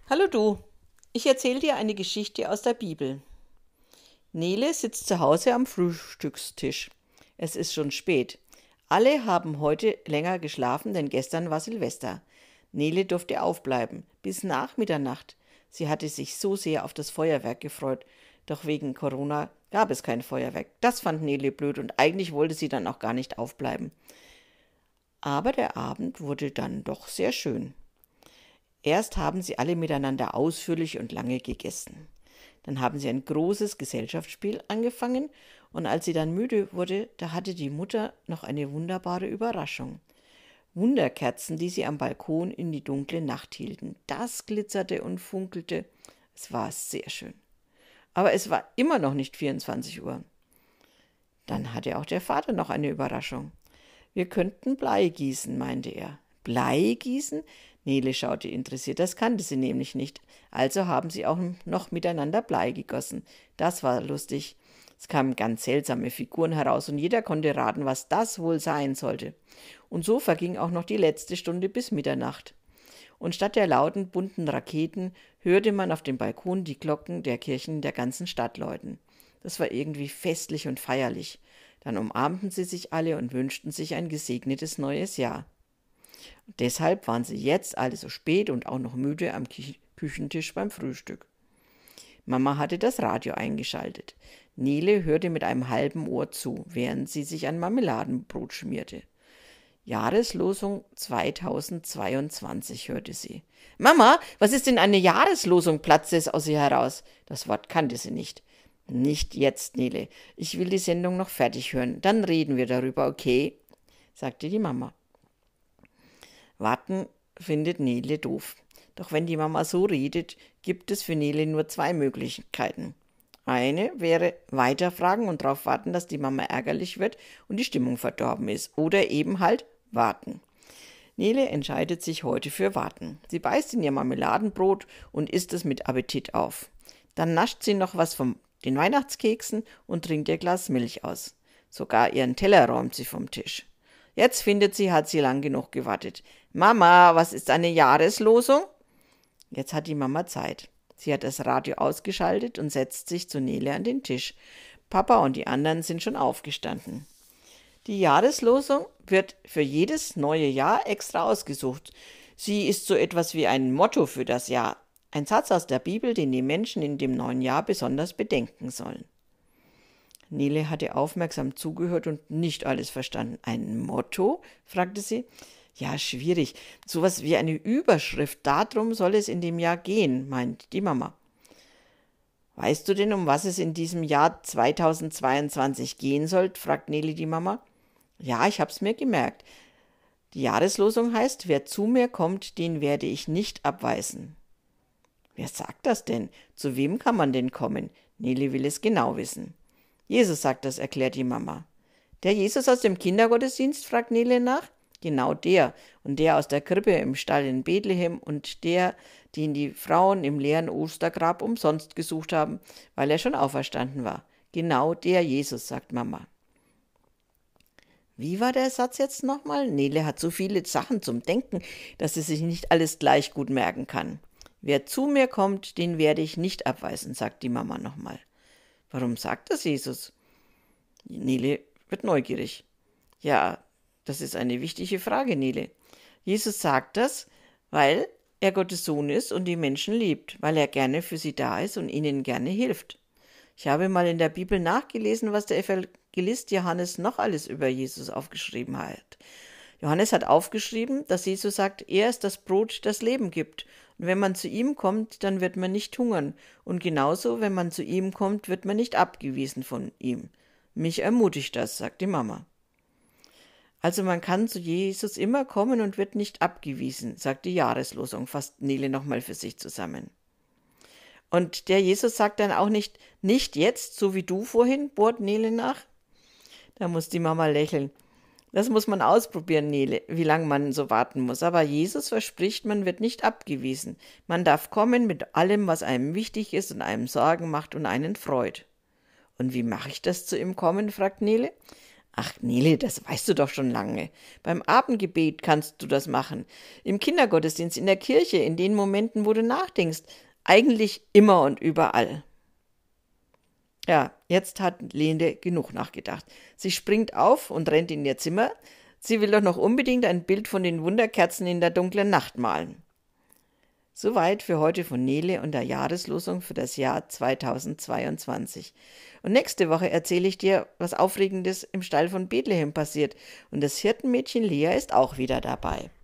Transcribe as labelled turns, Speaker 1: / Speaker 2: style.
Speaker 1: Hallo du, ich erzähle dir eine Geschichte aus der Bibel. Nele sitzt zu Hause am Frühstückstisch. Es ist schon spät. Alle haben heute länger geschlafen, denn gestern war Silvester. Nele durfte aufbleiben, bis nach Mitternacht. Sie hatte sich so sehr auf das Feuerwerk gefreut, doch wegen Corona gab es kein Feuerwerk. Das fand Nele blöd und eigentlich wollte sie dann auch gar nicht aufbleiben. Aber der Abend wurde dann doch sehr schön. Erst haben sie alle miteinander ausführlich und lange gegessen. Dann haben sie ein großes Gesellschaftsspiel angefangen und als sie dann müde wurde, da hatte die Mutter noch eine wunderbare Überraschung. Wunderkerzen, die sie am Balkon in die dunkle Nacht hielten. Das glitzerte und funkelte. Es war sehr schön. Aber es war immer noch nicht 24 Uhr. Dann hatte auch der Vater noch eine Überraschung. Wir könnten Blei gießen, meinte er. Blei gießen? Nele schaute interessiert, das kannte sie nämlich nicht. Also haben sie auch noch miteinander Blei gegossen. Das war lustig. Es kamen ganz seltsame Figuren heraus und jeder konnte raten, was das wohl sein sollte. Und so verging auch noch die letzte Stunde bis Mitternacht. Und statt der lauten, bunten Raketen hörte man auf dem Balkon die Glocken der Kirchen der ganzen Stadt läuten. Das war irgendwie festlich und feierlich. Dann umarmten sie sich alle und wünschten sich ein gesegnetes neues Jahr. Und deshalb waren sie jetzt alle so spät und auch noch müde am Küchentisch beim Frühstück. Mama hatte das Radio eingeschaltet. Nele hörte mit einem halben Ohr zu, während sie sich ein Marmeladenbrot schmierte. Jahreslosung 2022 hörte sie. Mama, was ist denn eine Jahreslosung? Platzte es aus ihr heraus. Das Wort kannte sie nicht. Nicht jetzt, Nele. Ich will die Sendung noch fertig hören. Dann reden wir darüber, okay? Sagte die Mama. Warten findet Nele doof. Doch wenn die Mama so redet, gibt es für Nele nur zwei Möglichkeiten. Eine wäre weiterfragen und darauf warten, dass die Mama ärgerlich wird und die Stimmung verdorben ist. Oder eben halt warten. Nele entscheidet sich heute für Warten. Sie beißt in ihr Marmeladenbrot und isst es mit Appetit auf. Dann nascht sie noch was von den Weihnachtskeksen und trinkt ihr Glas Milch aus. Sogar ihren Teller räumt sie vom Tisch. Jetzt findet sie, hat sie lang genug gewartet. Mama, was ist eine Jahreslosung? Jetzt hat die Mama Zeit. Sie hat das Radio ausgeschaltet und setzt sich zu Nele an den Tisch. Papa und die anderen sind schon aufgestanden. Die Jahreslosung wird für jedes neue Jahr extra ausgesucht. Sie ist so etwas wie ein Motto für das Jahr. Ein Satz aus der Bibel, den die Menschen in dem neuen Jahr besonders bedenken sollen. Nele hatte aufmerksam zugehört und nicht alles verstanden. Ein Motto? Fragte sie. Ja, schwierig. Sowas wie eine Überschrift. Darum soll es in dem Jahr gehen, meint die Mama. Weißt du denn, um was es in diesem Jahr 2022 gehen soll? Fragt Nele die Mama. Ja, ich hab's mir gemerkt. Die Jahreslosung heißt, wer zu mir kommt, den werde ich nicht abweisen. Wer sagt das denn? Zu wem kann man denn kommen? Nele will es genau wissen. Jesus sagt das, erklärt die Mama. Der Jesus aus dem Kindergottesdienst, fragt Nele nach. Genau der. Und der aus der Krippe im Stall in Bethlehem und der, den die Frauen im leeren Ostergrab umsonst gesucht haben, weil er schon auferstanden war. Genau der Jesus, sagt Mama. Wie war der Satz jetzt nochmal? Nele hat so viele Sachen zum Denken, dass sie sich nicht alles gleich gut merken kann. Wer zu mir kommt, den werde ich nicht abweisen, sagt die Mama nochmal. Warum sagt das Jesus? Nele wird neugierig. Ja, das ist eine wichtige Frage, Nele. Jesus sagt das, weil er Gottes Sohn ist und die Menschen liebt, weil er gerne für sie da ist und ihnen gerne hilft. Ich habe mal in der Bibel nachgelesen, was der Evangelist Johannes noch alles über Jesus aufgeschrieben hat. Johannes hat aufgeschrieben, dass Jesus sagt, er ist das Brot, das Leben gibt. Und wenn man zu ihm kommt, dann wird man nicht hungern. Und genauso, wenn man zu ihm kommt, wird man nicht abgewiesen von ihm. Mich ermutigt das, sagt die Mama. Also man kann zu Jesus immer kommen und wird nicht abgewiesen, sagt die Jahreslosung, fasst Nele nochmal für sich zusammen. Und der Jesus sagt dann auch nicht jetzt, so wie du vorhin, bohrt Nele nach. Da muss die Mama lächeln. Das muss man ausprobieren, Nele, wie lange man so warten muss. Aber Jesus verspricht, man wird nicht abgewiesen. Man darf kommen mit allem, was einem wichtig ist und einem Sorgen macht und einen freut. Und wie mache ich das zu ihm kommen, fragt Nele. Ach, Nele, das weißt du doch schon lange. Beim Abendgebet kannst du das machen. Im Kindergottesdienst, in der Kirche, in den Momenten, wo du nachdenkst. Eigentlich immer und überall. Ja, jetzt hat Lene genug nachgedacht. Sie springt auf und rennt in ihr Zimmer. Sie will doch noch unbedingt ein Bild von den Wunderkerzen in der dunklen Nacht malen. Soweit für heute von Nele und der Jahreslosung für das Jahr 2022. Und nächste Woche erzähle ich dir, was Aufregendes im Stall von Bethlehem passiert. Und das Hirtenmädchen Lea ist auch wieder dabei.